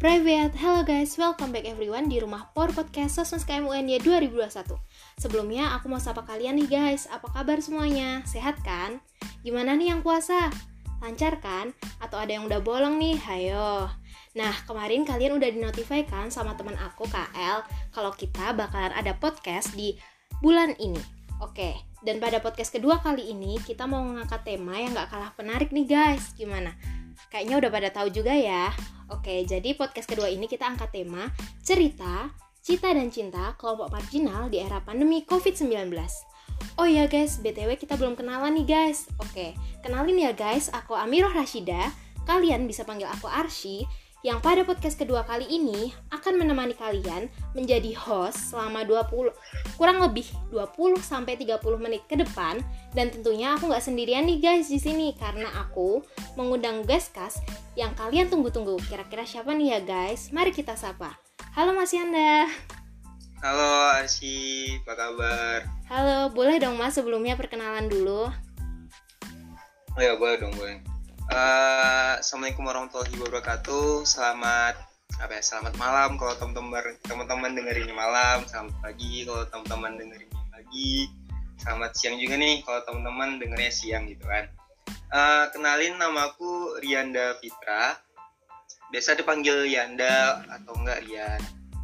Private, hello guys, welcome back everyone di Rumah Por Podcast Sosmas KMUNY 2021. Sebelumnya aku mau sapa kalian nih guys, apa kabar semuanya? Sehat kan? Gimana nih yang puasa? Lancar kan? Atau ada yang udah bolong nih? Hayo. Nah, kemarin kalian udah dinotify kan sama teman aku KL kalau kita bakalan ada podcast di bulan ini. Oke, dan pada podcast kedua kali ini kita mau mengangkat tema yang gak kalah menarik nih guys. Gimana? Kayaknya udah pada tahu juga ya. Oke, jadi podcast kedua ini kita angkat tema cerita, cita dan cinta kelompok marginal di era pandemi COVID-19. Oh ya guys, BTW kita belum kenalan nih guys. Oke, kenalin ya guys, aku Amirah Rashida. Kalian bisa panggil aku Arsy. Yang pada podcast kedua kali ini akan menemani kalian menjadi host selama kurang lebih 20-30 menit ke depan. Dan tentunya aku gak sendirian nih guys di sini karena aku mengundang guest cast yang kalian tunggu-tunggu. Kira-kira siapa nih ya guys? Mari kita sapa. Halo Mas Yanda. Halo Arsy, apa kabar? Halo, boleh dong Mas sebelumnya perkenalan dulu? Oh ya, boleh dong, boleh. Assalamualaikum warahmatullahi wabarakatuh. Selamat malam kalau teman-teman dengerinnya malam. Selamat pagi kalau teman-teman dengerinnya pagi. Selamat siang juga nih kalau teman-teman dengernya siang gitu kan. Kenalin, namaku Rianda Fitra. Biasa dipanggil Yanda atau enggak Rian.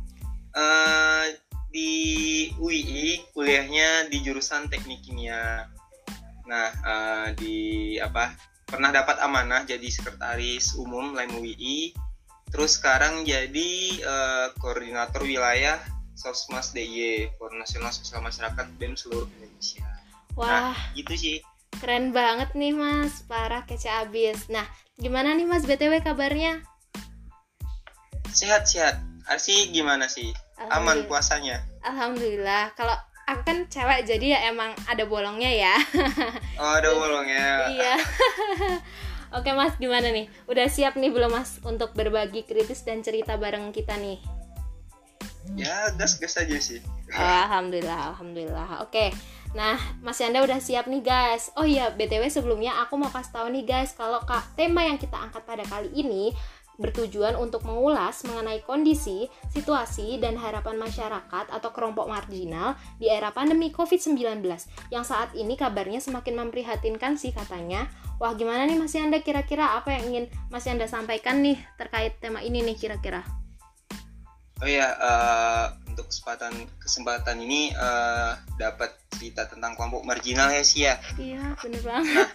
Di UII kuliahnya di jurusan Teknik Kimia. Nah, pernah dapat amanah jadi sekretaris umum LEM UII. Terus sekarang jadi koordinator wilayah Sosmas DIY, Forum Nasional Sosial Masyarakat BEM seluruh Indonesia. Wah, nah, gitu sih. Keren banget nih Mas, parah kece abis. Nah, gimana nih Mas BTW kabarnya? Sehat-sehat. Arsy gimana sih? Aman puasanya? Alhamdulillah. Kalau aku kan cewek jadi ya emang ada bolongnya ya. Oh, ada bolongnya. Iya. Oke Mas, gimana nih? Udah siap nih belum Mas untuk berbagi kritis dan cerita bareng kita nih? Ya, gas-gas aja sih. Oh, alhamdulillah. Oke. Nah, Mas Yanda udah siap nih guys. Oh iya, BTW sebelumnya aku mau kasih tahu nih guys kalau tema yang kita angkat pada kali ini bertujuan untuk mengulas mengenai kondisi, situasi, dan harapan masyarakat atau kelompok marginal di era pandemi COVID-19 yang saat ini kabarnya semakin memprihatinkan sih katanya. Wah, gimana nih Mas Yanda, kira-kira apa yang ingin Mas Yanda sampaikan nih terkait tema ini nih kira-kira? Oh ya, untuk kesempatan ini dapat cerita tentang kelompok marginal ya sih ya. Iya, bener banget.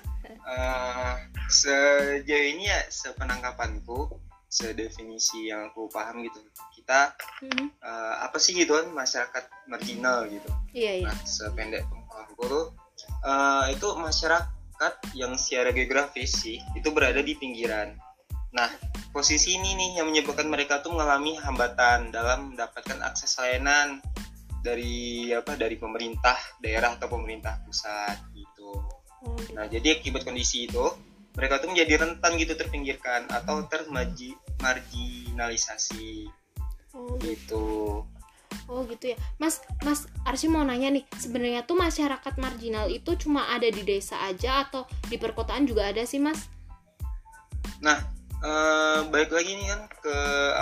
Sejauh ini ya, sepenangkapanku, sedefinisi yang aku paham gitu, kita apa sih gitu kan masyarakat marginal gitu. Iya. Nah, sependek pengetahuanku tuh itu masyarakat yang secara geografis sih itu berada di pinggiran. Nah, posisi ini nih yang menyebabkan mereka tuh mengalami hambatan dalam mendapatkan akses layanan dari pemerintah daerah atau pemerintah pusat gitu. Nah, jadi akibat kondisi itu mereka tuh menjadi rentan gitu, terpinggirkan atau termarginalisasi. Gitu. Oh gitu ya. Mas Arsy mau nanya nih, sebenarnya tuh masyarakat marginal itu cuma ada di desa aja atau di perkotaan juga ada sih Mas? Nah, balik lagi nih kan ke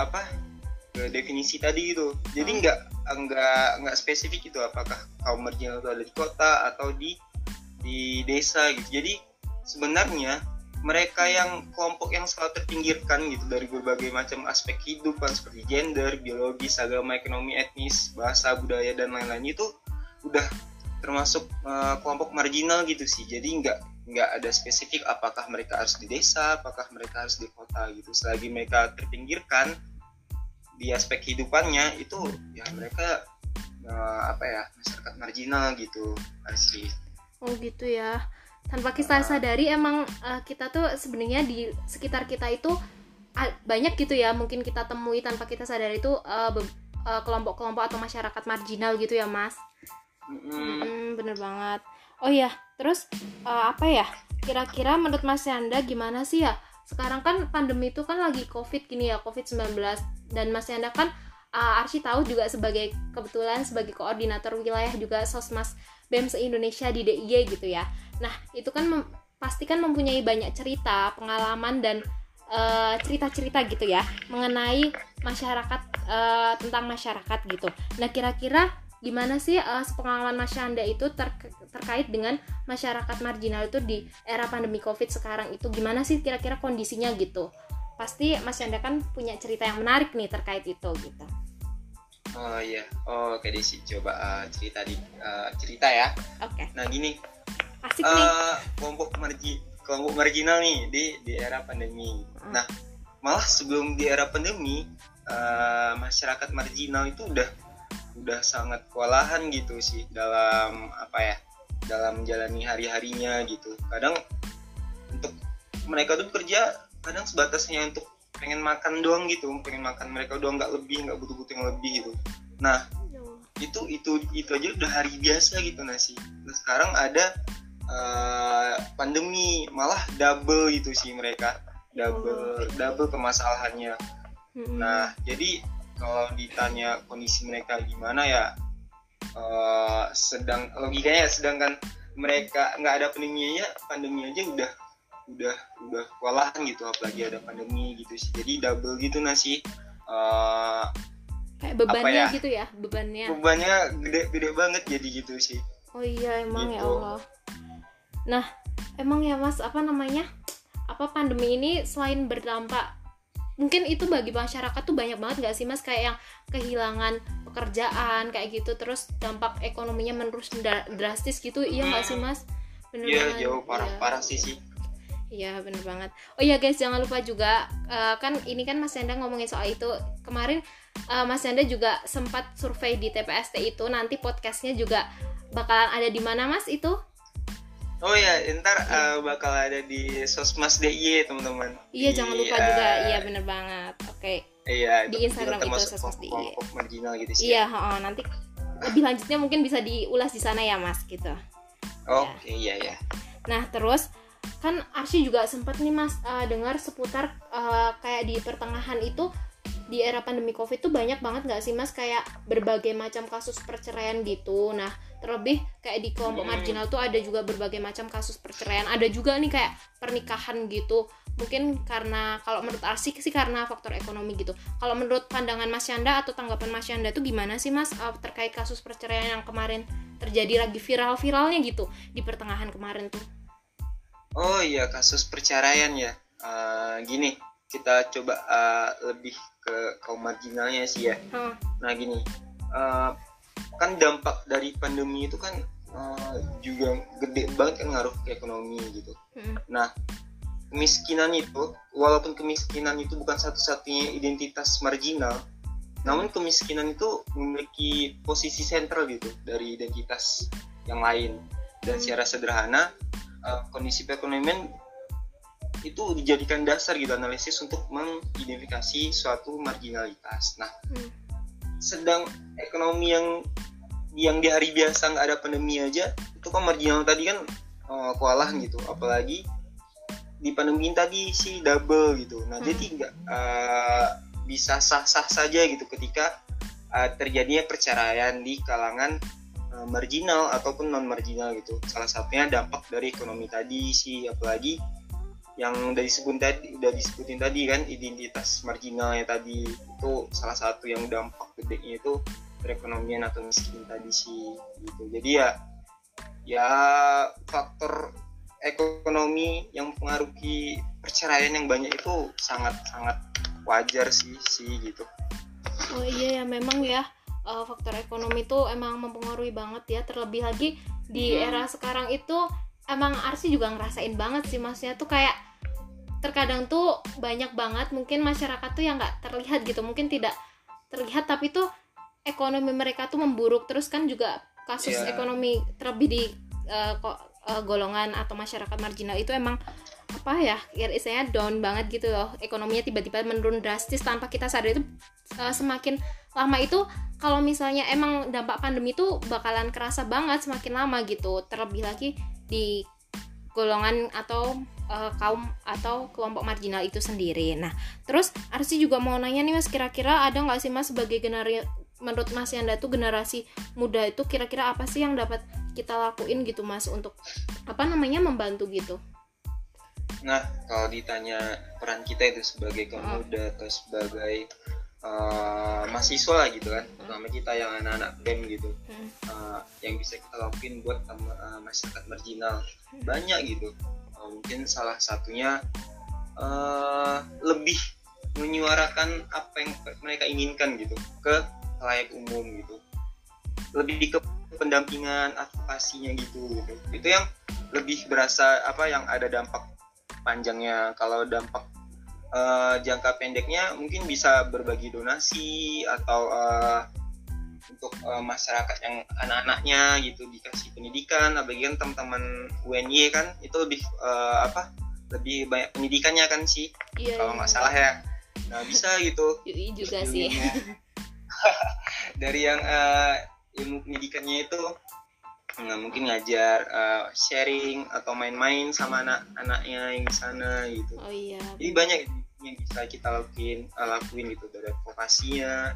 definisi tadi gitu. Jadi nggak spesifik gitu apakah kaum marginal itu ada di kota atau di desa gitu. Jadi sebenarnya mereka yang kelompok yang selalu terpinggirkan gitu dari berbagai macam aspek kehidupan seperti gender, biologis, agama, ekonomi, etnis, bahasa, budaya dan lain-lain itu udah termasuk kelompok marginal gitu sih. Jadi nggak ada spesifik apakah mereka harus di desa, apakah mereka harus di kota gitu. Selagi mereka terpinggirkan di aspek kehidupannya itu ya mereka masyarakat marginal gitu Arsy. Oh gitu ya. Tanpa kita sadari emang kita tuh sebenarnya di sekitar kita itu banyak gitu ya, mungkin kita temui tanpa kita sadari itu kelompok-kelompok atau masyarakat marginal gitu ya Mas. Bener banget. Oh iya, terus kira-kira menurut Mas Yanda gimana sih ya? Sekarang kan pandemi itu kan lagi COVID gini ya, COVID-19, dan Mas Yanda kan Arsy tahu juga kebetulan sebagai koordinator wilayah juga Sosmas BEM se-Indonesia di DIY gitu ya. Nah, itu kan pasti kan mempunyai banyak cerita, pengalaman dan cerita-cerita gitu ya mengenai masyarakat, tentang masyarakat gitu. Nah kira-kira gimana sih sepengalaman Mas Syanda itu terkait dengan masyarakat marginal itu di era pandemi COVID sekarang itu, gimana sih kira-kira kondisinya gitu? Pasti Mas Syanda kan punya cerita yang menarik nih terkait itu gitu. Oh iya, oke Desi, coba cerita ya. Oke. Nah gini, Asik nih. kelompok marginal nih di era pandemi. Nah malah sebelum di era pandemi, masyarakat marginal itu udah sangat kewalahan gitu sih dalam dalam menjalani hari-harinya gitu. Kadang untuk mereka tuh kerja kadang sebatasnya untuk pengen makan doang gitu, pengen makan mereka doang, nggak butuh-butuh yang lebih gitu. Nah itu aja udah hari biasa gitu sih. Nah sekarang ada pandemi, malah double gitu sih mereka, double permasalahannya. Nah jadi kalau ditanya kondisi mereka gimana ya, logikanya sedangkan mereka nggak ada pandemi aja udah kewalahan gitu, apalagi ada pandemi gitu sih. Jadi double gitu sih, kayak bebannya gitu ya, bebannya gede banget jadi gitu sih. Oh iya emang gitu. Ya Allah. Nah emang ya Mas, pandemi ini selain berdampak, mungkin itu bagi masyarakat tuh banyak banget nggak sih Mas, kayak yang kehilangan pekerjaan kayak gitu, terus dampak ekonominya menurun drastis gitu, iya nggak sih Mas? Bener banget. Iya jauh parah sih. Iya bener banget. Oh iya guys, jangan lupa juga kan ini kan Mas Syanda ngomongin soal itu kemarin, Mas Syanda juga sempat survei di TPST itu. Nanti podcastnya juga bakalan ada di mana Mas itu? Oh ya, ntar bakal ada di Sosmas DIY teman-teman. Iya jangan lupa juga, iya bener banget. Oke. Iya. Di Instagram itu Sosmas DIY. Kelompok marginal gitu sih. Iya, nanti lebih lanjutnya mungkin bisa diulas di sana ya Mas gitu. Oke, iya. Nah terus kan Arsy juga sempat nih Mas dengar seputar kayak di pertengahan itu di era pandemi COVID tuh banyak banget nggak sih Mas kayak berbagai macam kasus perceraian gitu. Nah terlebih kayak di kelompok marginal tuh ada juga berbagai macam kasus perceraian, ada juga nih kayak pernikahan gitu. Mungkin karena kalau menurut Arsy sih karena faktor ekonomi gitu. Kalau menurut pandangan Mas Syanda atau tanggapan Mas Syanda tuh gimana sih Mas terkait kasus perceraian yang kemarin terjadi lagi viral-viralnya gitu di pertengahan kemarin tuh? Oh iya, kasus perceraian ya. Gini, kita coba lebih ke kaum marginalnya sih ya. Nah gini, kan dampak dari pandemi itu kan juga gede banget kan, ngaruh ke ekonomi gitu. Nah kemiskinan itu, walaupun kemiskinan itu bukan satu-satunya identitas marginal, namun kemiskinan itu memiliki posisi sentral gitu dari identitas yang lain. Dan secara sederhana, kondisi perekonomian itu dijadikan dasar gitu analisis untuk mengidentifikasi suatu marginalitas. Nah, sedang ekonomi yang di hari biasa nggak ada pandemi aja, itu kan marginal tadi kan kewalahan gitu, apalagi di pandemi tadi sih double gitu. Nah, jadi nggak bisa sah-sah saja gitu ketika terjadinya perceraian di kalangan marginal ataupun non marginal gitu. Salah satunya dampak dari ekonomi tadi sih, apalagi yang udah disebutin tadi kan, identitas marginalnya tadi itu salah satu yang dampak gedenya itu perekonomian atau miskin tadi sih gitu. Jadi ya faktor ekonomi yang mempengaruhi perceraian yang banyak itu sangat wajar sih gitu. Oh iya ya, memang ya faktor ekonomi itu emang mempengaruhi banget ya, terlebih lagi di era sekarang itu emang Arsy juga ngerasain banget sih, maksudnya tuh kayak terkadang tuh banyak banget mungkin masyarakat tuh yang nggak terlihat gitu, mungkin tidak terlihat tapi tuh ekonomi mereka tuh memburuk. Terus kan juga kasus ekonomi terlebih di golongan atau masyarakat marginal itu emang istilahnya down banget gitu loh, ekonominya tiba-tiba menurun drastis tanpa kita sadar. Itu semakin lama itu kalau misalnya emang dampak pandemi itu bakalan kerasa banget semakin lama gitu, terlebih lagi di golongan atau kaum atau kelompok marginal itu sendiri. Nah terus Arsy juga mau nanya nih Mas, kira-kira ada nggak sih Mas sebagai menurut Mas Syanda tuh generasi muda itu kira-kira apa sih yang dapat kita lakuin gitu Mas untuk membantu gitu? Nah, kalau ditanya peran kita itu sebagai kaum muda atau sebagai mahasiswa lah gitu kan, terutama kita yang anak-anak BEM gitu, yang bisa kita lakuin buat masyarakat marginal banyak gitu. Mungkin salah satunya lebih menyuarakan apa yang mereka inginkan gitu ke khalayak umum gitu, lebih ke pendampingan advokasinya gitu. Itu yang lebih berasa yang ada dampak panjangnya. Kalau dampak jangka pendeknya mungkin bisa berbagi donasi atau untuk masyarakat yang anak-anaknya gitu dikasih pendidikan. Apalagi kan teman-teman UNY kan itu lebih lebih banyak pendidikannya kan sih, kalau nggak salah ya. Nah bisa gitu. UI juga sih. Dari yang ilmu pendidikannya itu mungkin ngajar, sharing atau main-main sama anak-anaknya yang di sana gitu. Oh iya. Jadi banyak yang bisa kita lakuin gitu, dari advokasinya,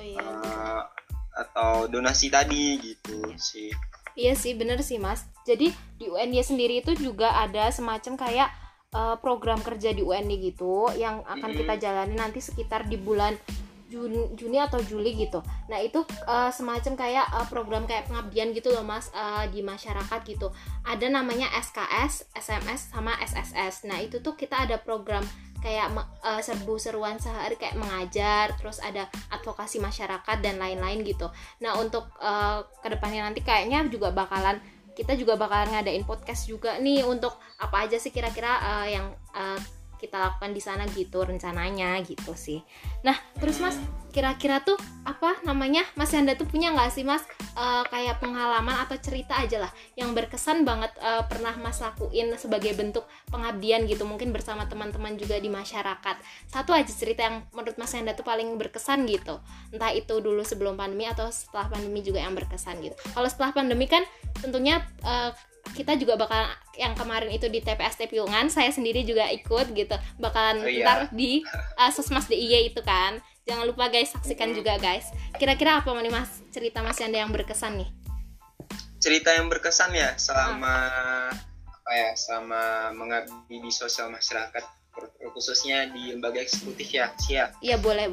atau donasi tadi gitu sih. Iya sih, bener sih Mas. Jadi di UNY sendiri itu juga ada semacam kayak program kerja di UNY gitu yang akan kita jalani nanti sekitar di bulan Juni atau Juli gitu. Nah itu semacam kayak program kayak pengabdian gitu loh Mas, di masyarakat gitu. Ada namanya SKS, SMS sama SSS. Nah itu tuh kita ada program kayak seru-seruan sehari kayak mengajar, terus ada advokasi masyarakat dan lain-lain gitu. Nah untuk kedepannya nanti kayaknya kita juga bakalan ngadain podcast juga nih untuk apa aja sih kira-kira yang kita lakukan di sana gitu rencananya gitu sih. Nah terus Mas, kira-kira tuh Mas Yanda tuh punya nggak sih Mas kayak pengalaman atau cerita aja lah yang berkesan banget pernah Mas lakuin sebagai bentuk pengabdian gitu, mungkin bersama teman-teman juga di masyarakat. Satu aja cerita yang menurut Mas Yanda tuh paling berkesan gitu, entah itu dulu sebelum pandemi atau setelah pandemi juga yang berkesan gitu. Kalau setelah pandemi kan tentunya kita juga bakal yang kemarin itu di TPST Piungan, saya sendiri juga ikut gitu, bakalan ntar di Sosmas DIY itu kan. Jangan lupa guys, saksikan juga guys. Kira-kira apa nih Mas cerita Mas Yanda yang berkesan nih? Cerita yang berkesan ya selama selama mengabdi di sosial masyarakat, khususnya di lembaga eksekutif ya, siap. Iya boleh.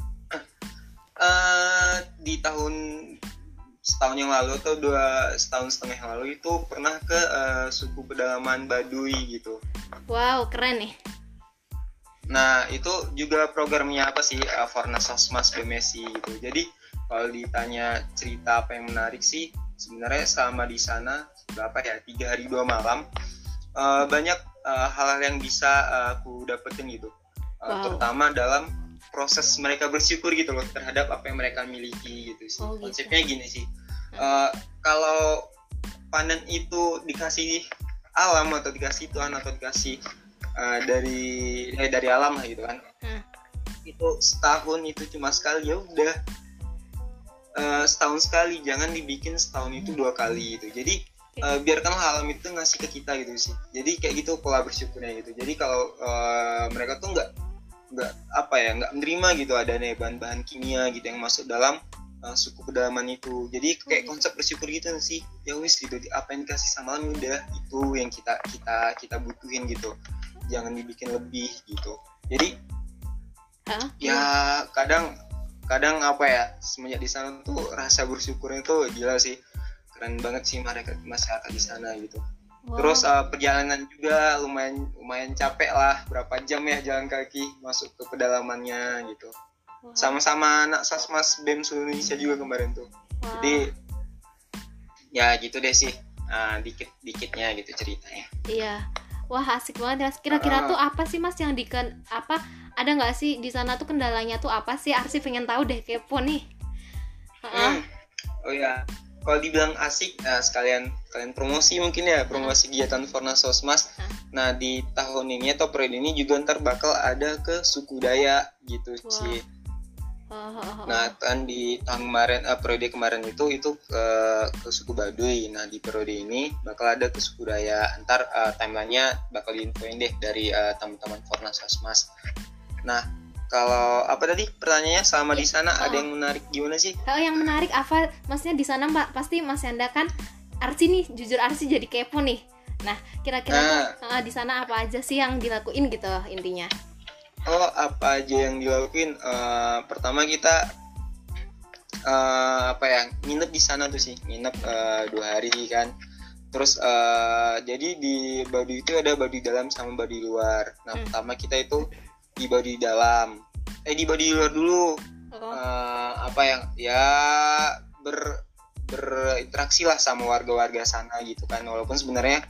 Di setahun yang lalu atau setahun setengah yang lalu itu pernah ke suku pedalaman Baduy gitu. Wow, keren nih. Nah itu juga programnya apa sih, Fornas Sosmas BMSI gitu. Jadi kalau ditanya cerita apa yang menarik sih, sebenarnya selama di sana 3 hari 2 malam banyak hal-hal yang bisa aku dapetin gitu. Terutama dalam proses mereka bersyukur gitu loh terhadap apa yang mereka miliki gitu sih. Konsepnya gini sih, kalau panen itu dikasih alam atau dikasih Tuhan atau dikasih dari alam lah gitu kan, itu setahun itu cuma sekali, ya udah setahun sekali, jangan dibikin setahun itu 2 kali gitu. Jadi biarkanlah alam itu ngasih ke kita gitu sih. Jadi kayak gitu pola bersyukurnya gitu. Jadi kalau mereka tuh nggak menerima gitu adanya bahan-bahan kimia gitu yang masuk dalam suku pedalaman itu. Jadi kayak konsep bersyukur gitu sih. Ya wis gitu, apa yang dikasih sama alam udah itu yang kita butuhin gitu. Jangan dibikin lebih gitu. Jadi ya kadang semenjak di sana tuh rasa bersyukurnya tuh gila sih. Keren banget sih masyarakat di sana gitu. Wow. Terus perjalanan juga lumayan capek lah, berapa jam ya jalan kaki masuk ke pedalamannya gitu. Wow. Sama-sama anak Sosmas BEM seluruh Indonesia juga kemarin tuh. Wow. Jadi ya gitu deh sih, dikit-dikitnya gitu ceritanya. Iya, wah asik banget ya. Kira-kira tuh apa sih Mas yang ada nggak sih di sana tuh kendalanya tuh apa sih? Arsi pengen tahu deh, kepo nih. Oh ya. Kalau dibilang asik, sekalian promosi mungkin ya, promosi kegiatan Fornas Sosmas. Nah di tahun ini atau periode ini juga ntar bakal ada ke suku Dayak gitu sih. Nah kan di tahun kemarin, periode kemarin itu ke suku Baduy. Nah di periode ini bakal ada ke suku Dayak. Ntar timelinenya bakal diinfoin deh dari teman-teman Fornas Sosmas. Nah kalau apa tadi pertanyaannya, selama di sana ada yang menarik gimana sih? Kalau yang menarik apa? Maksudnya di sana pasti Mas Yanda kan Arsi nih, jujur Arsi jadi kepo nih. Nah, kira-kira tuh di sana apa aja sih yang dilakuin gitu intinya? Oh, apa aja yang dilakuin? Pertama kita nginep di sana tuh sih, nginep 2 hari kan. Terus jadi di Baduy itu ada Baduy dalam sama Baduy luar. Nah, pertama kita itu di Baduy dalam. Di Baduy luar dulu. Berinteraksi lah sama warga-warga sana gitu kan. Walaupun sebenarnya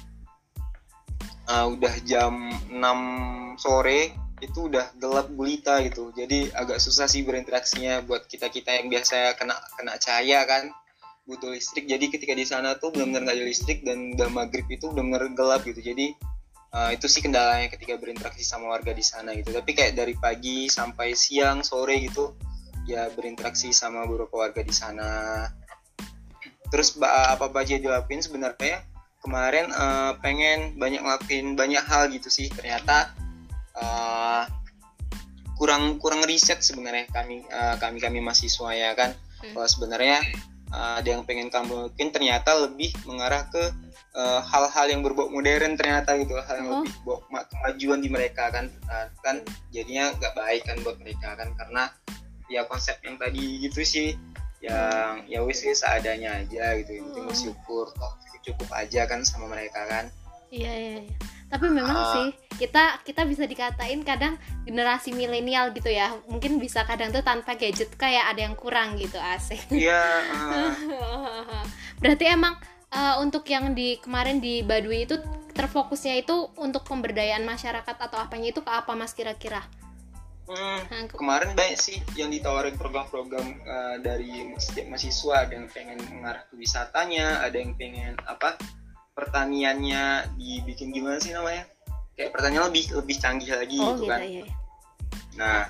udah jam 6 sore itu udah gelap gulita gitu. Jadi agak susah sih berinteraksinya buat kita-kita yang biasa kena cahaya kan, butuh listrik. Jadi ketika di sana tuh benar-benar nggak ada listrik dan udah maghrib itu benar-benar gelap gitu. Jadi itu sih kendalanya ketika berinteraksi sama warga di sana gitu. Tapi kayak dari pagi sampai siang sore gitu ya berinteraksi sama beberapa warga di sana. Terus apa aja dilakuin sebenarnya kemarin pengen ngelakuin banyak hal gitu sih. Ternyata kurang riset sebenarnya kami mahasiswa ya kan. Kalau sebenarnya ada yang pengen kamu lakuin ternyata lebih mengarah ke hal-hal yang berbau modern ternyata gitu, hal yang lebih bawa kemajuan di mereka kan. Kan jadinya nggak baik kan buat mereka kan, karena ya konsep yang tadi gitu sih, yang ya wis seadanya aja gitu, yang penting bersyukur cukup aja kan sama mereka kan. Iya. Tapi memang sih kita bisa dikatain kadang generasi milenial gitu ya, mungkin bisa kadang tuh tanpa gadget kayak ada yang kurang gitu, asik. Iya. Berarti emang untuk yang di kemarin di Baduy itu terfokusnya itu untuk pemberdayaan masyarakat atau apanya itu ke apa Mas kira-kira? Kemarin banyak sih yang ditawarin program-program dari mahasiswa. Ada yang pengen mengarah ke wisatanya, ada yang pengen pertaniannya dibikin gimana sih namanya, kayak pertanian lebih canggih lagi gitu kan. Iya. Nah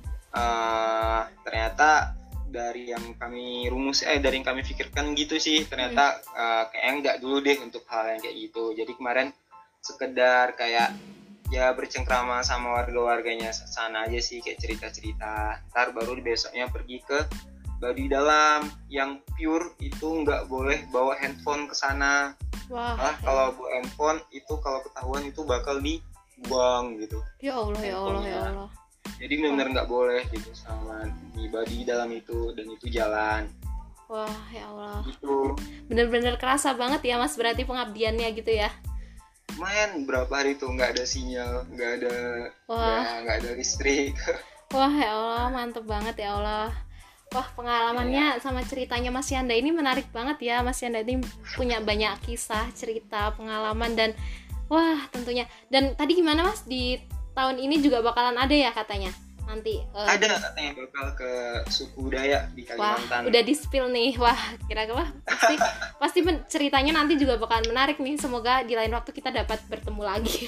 ternyata dari yang kami dari yang kami pikirkan gitu sih, ternyata kayaknya enggak dulu deh untuk hal yang kayak gitu. Jadi kemarin sekedar kayak ya bercengkrama sama warga-warganya sana aja sih, kayak cerita-cerita. Ntar baru besoknya pergi ke Baduy dalam yang pure itu nggak boleh bawa handphone ke sana. Kalau bawa handphone itu kalau ketahuan itu bakal dibuang gitu. Ya Allah. Jadi benar-benar nggak boleh gitu sama di Baduy dalam itu, dan itu jalan. Wah, ya Allah. Itu bener-bener kerasa banget ya Mas, berarti pengabdiannya gitu ya. Lumayan berapa hari tuh nggak ada sinyal, nggak ada listrik. Wah, ya Allah, mantep banget ya Allah. Wah, pengalamannya sama ceritanya Mas Yanda ini menarik banget ya. Mas Yanda ini punya banyak kisah, cerita, pengalaman, dan wah tentunya. Dan tadi gimana Mas, di tahun ini juga bakalan ada ya katanya nanti? Ada katanya bakal ke suku Dayak di Kalimantan. Wah, udah di-spill nih. Wah, kira-kira pasti ceritanya nanti juga bakalan menarik nih. Semoga di lain waktu kita dapat bertemu lagi.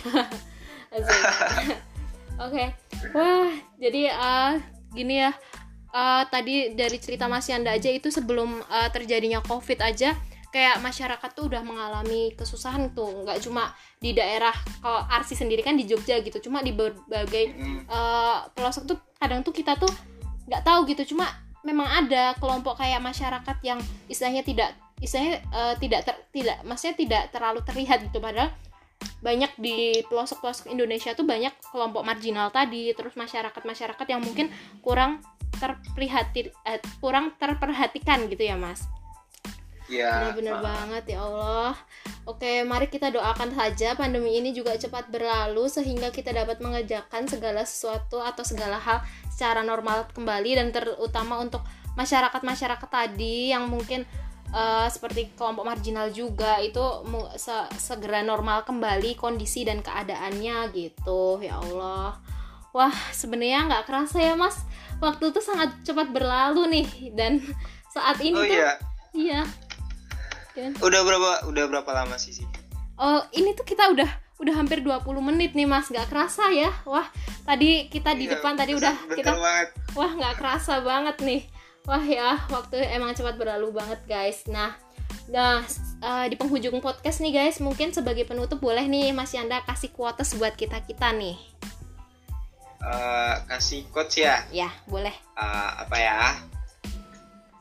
Oke. Wah, jadi gini ya. Tadi dari cerita Mas Yanda aja itu sebelum terjadinya COVID aja kayak masyarakat tuh udah mengalami kesusahan tuh, nggak cuma di daerah, kalau Arsi sendiri kan di Jogja gitu, cuma di berbagai pelosok tuh kadang tuh kita tuh nggak tahu gitu, cuma memang ada kelompok kayak masyarakat yang istilahnya maksudnya tidak terlalu terlihat gitu, padahal banyak di pelosok-pelosok Indonesia tuh banyak kelompok marginal tadi, terus masyarakat yang mungkin kurang terperhatikan gitu ya Mas. Ya, benar-benar banget ya Allah. Oke, mari kita doakan saja pandemi ini juga cepat berlalu sehingga kita dapat mengerjakan segala sesuatu atau segala hal secara normal kembali, dan terutama untuk masyarakat tadi yang mungkin seperti kelompok marginal juga itu segera normal kembali kondisi dan keadaannya gitu ya Allah. Wah, sebenarnya nggak kerasa ya Mas, waktu itu sangat cepat berlalu nih, dan saat ini iya. Udah berapa lama sih? Oh, ini tuh kita udah hampir 20 menit nih Mas, nggak kerasa ya. Wah, tadi kita di depan tadi udah kita banget. Wah, nggak kerasa banget nih. Wah ya, waktu emang cepat berlalu banget guys. Nah, di penghujung podcast nih guys, mungkin sebagai penutup boleh nih Mas Yanda kasih quotes buat kita nih. Kasih quotes ya? Ya, boleh. Apa ya?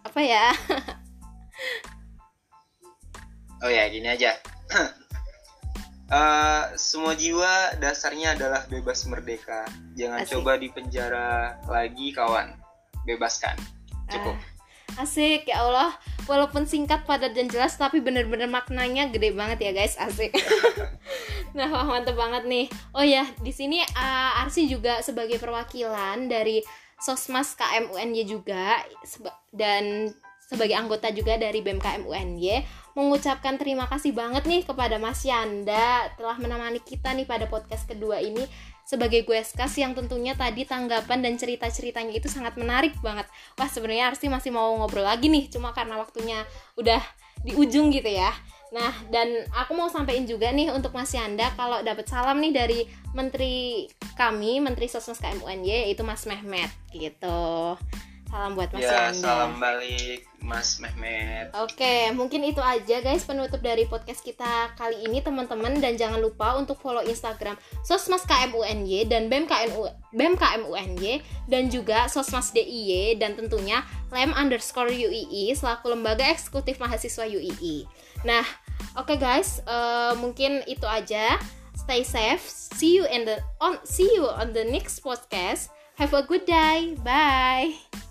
Oh ya, gini aja. Semua jiwa dasarnya adalah bebas merdeka. Jangan Asik. coba dipenjara lagi kawan. Bebaskan. Cukup. Asik, ya Allah. Walaupun singkat, padat dan jelas, tapi bener-bener maknanya gede banget ya guys. Asik. Nah, wah, mantep banget nih. Oh ya, di sini Arsi juga sebagai perwakilan dari Sosmas KMUNY juga dan sebagai anggota juga dari BEM KMUNY mengucapkan terima kasih banget nih kepada Mas Yanda telah menemani kita nih pada podcast kedua ini sebagai guestcast yang tentunya tadi tanggapan dan cerita-ceritanya itu sangat menarik banget. Wah, sebenarnya Arsi masih mau ngobrol lagi nih, cuma karena waktunya udah di ujung gitu ya. Nah, dan aku mau sampein juga nih untuk Mas Yanda kalau dapat salam nih dari menteri kami, Menteri Sosmas KMUNY, yaitu Mas Mehmet gitu. Salam buat Mas Yanda. Salam balik Mas Mehmet. Oke, mungkin itu aja guys penutup dari podcast kita kali ini teman-teman, dan jangan lupa untuk follow Instagram Sosmas KMUNY dan BEM KMUNY dan juga Sosmas DIY dan tentunya lem_UII selaku lembaga eksekutif mahasiswa UII. Nah, oke guys, mungkin itu aja. Stay safe. See you on the next podcast. Have a good day. Bye.